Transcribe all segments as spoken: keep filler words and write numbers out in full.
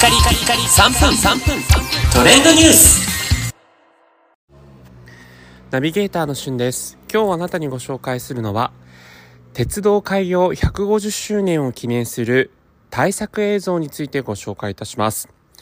カリカリカリさんぷんさんぷんトレンドニュース。 ナビゲーターのしゅんです。今日あなたにご紹介するのは鉄道開業ひゃくごじゅっしゅうねんを記念する大作映像についてご紹介いたします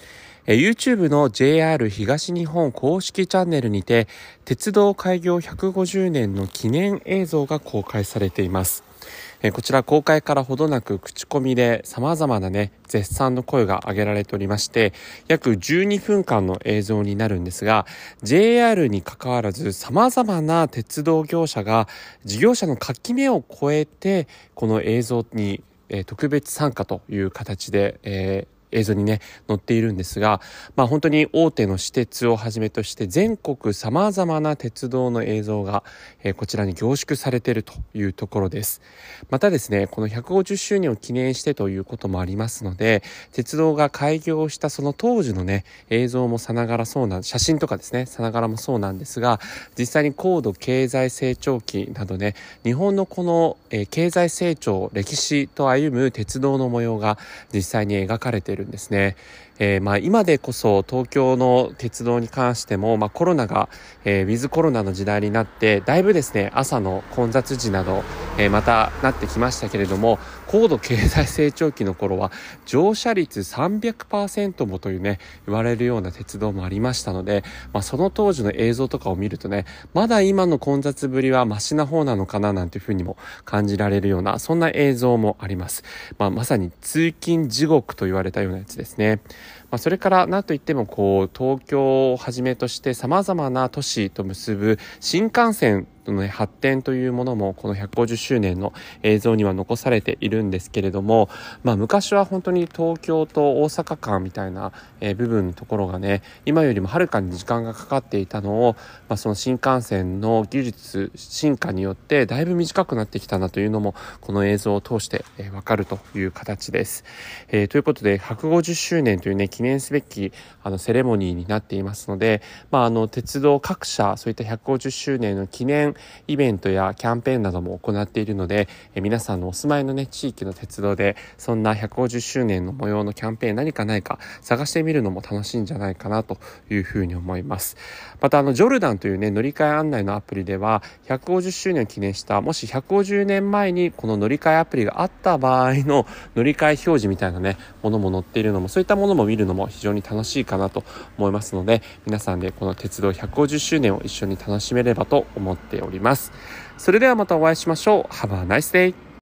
。YouTube の ジェイアール 東日本公式チャンネルにて鉄道開業ひゃくごじゅうねんの記念映像が公開されています。こちら公開からほどなく口コミで様々なね絶賛の声が上げられておりまして、約じゅうにふんかんの映像になるんですが、 ジェイアール に関わらず様々な鉄道業者が事業者の垣根を越えてこの映像に、えー、特別参加という形で、えー映像にね載っているんですが、まあ本当に大手の私鉄をはじめとして全国様々な鉄道の映像が、えー、こちらに凝縮されているというところです。またですね、このひゃくごじゅっしゅうねんを記念してということもありますので、鉄道が開業したその当時のね映像もさながらそうな写真とかですねさながらもそうなんですが、実際に高度経済成長期などね日本のこの、えー、経済成長歴史と歩む鉄道の模様が実際に描かれているんですね。えー、まあ今でこそ東京の鉄道に関しても、まあ、コロナが、えー、ウィズコロナの時代になってだいぶですね朝の混雑時など、えー、またなってきましたけれども、高度経済成長期の頃は乗車率 さんびゃくパーセント もというね言われるような鉄道もありましたので、まあ、その当時の映像とかを見るとねまだ今の混雑ぶりはマシな方なのかななんていうふうにも感じられるようなそんな映像もあります。まあ、まさに通勤地獄と言われたようなやつですね。まあ、それから何といってもこう東京をはじめとして様々な都市と結ぶ新幹線の、ね、発展というものもこのひゃくごじゅっしゅうねんの映像には残されているんですけれども、まあ、昔は本当に東京と大阪間みたいな、えー、部分のところがね今よりもはるかに時間がかかっていたのを、まあ、その新幹線の技術進化によってだいぶ短くなってきたなというのもこの映像を通して、えー、分かるという形です。えー、ということでひゃくごじゅっしゅうねんというね記念すべきあのセレモニーになっていますので、まあ、あの鉄道各社そういったひゃくごじゅっしゅうねんの記念イベントやキャンペーンなども行っているので、え皆さんのお住まいのね地域の鉄道でそんなひゃくごじゅっしゅうねんの模様のキャンペーン何かないか探してみるのも楽しいんじゃないかなというふうに思います。またあのジョルダンというね乗り換え案内のアプリではひゃくごじゅっしゅうねんを記念したもしひゃくごじゅうねんまえにこの乗り換えアプリがあった場合の乗り換え表示みたいなねものも載っているのもそういったものも見るのも非常に楽しいかなと思いますので、皆さんでこの鉄道ひゃくごじゅっしゅうねんを一緒に楽しめればと思っております。それではまたお会いしましょう。Have a nice day!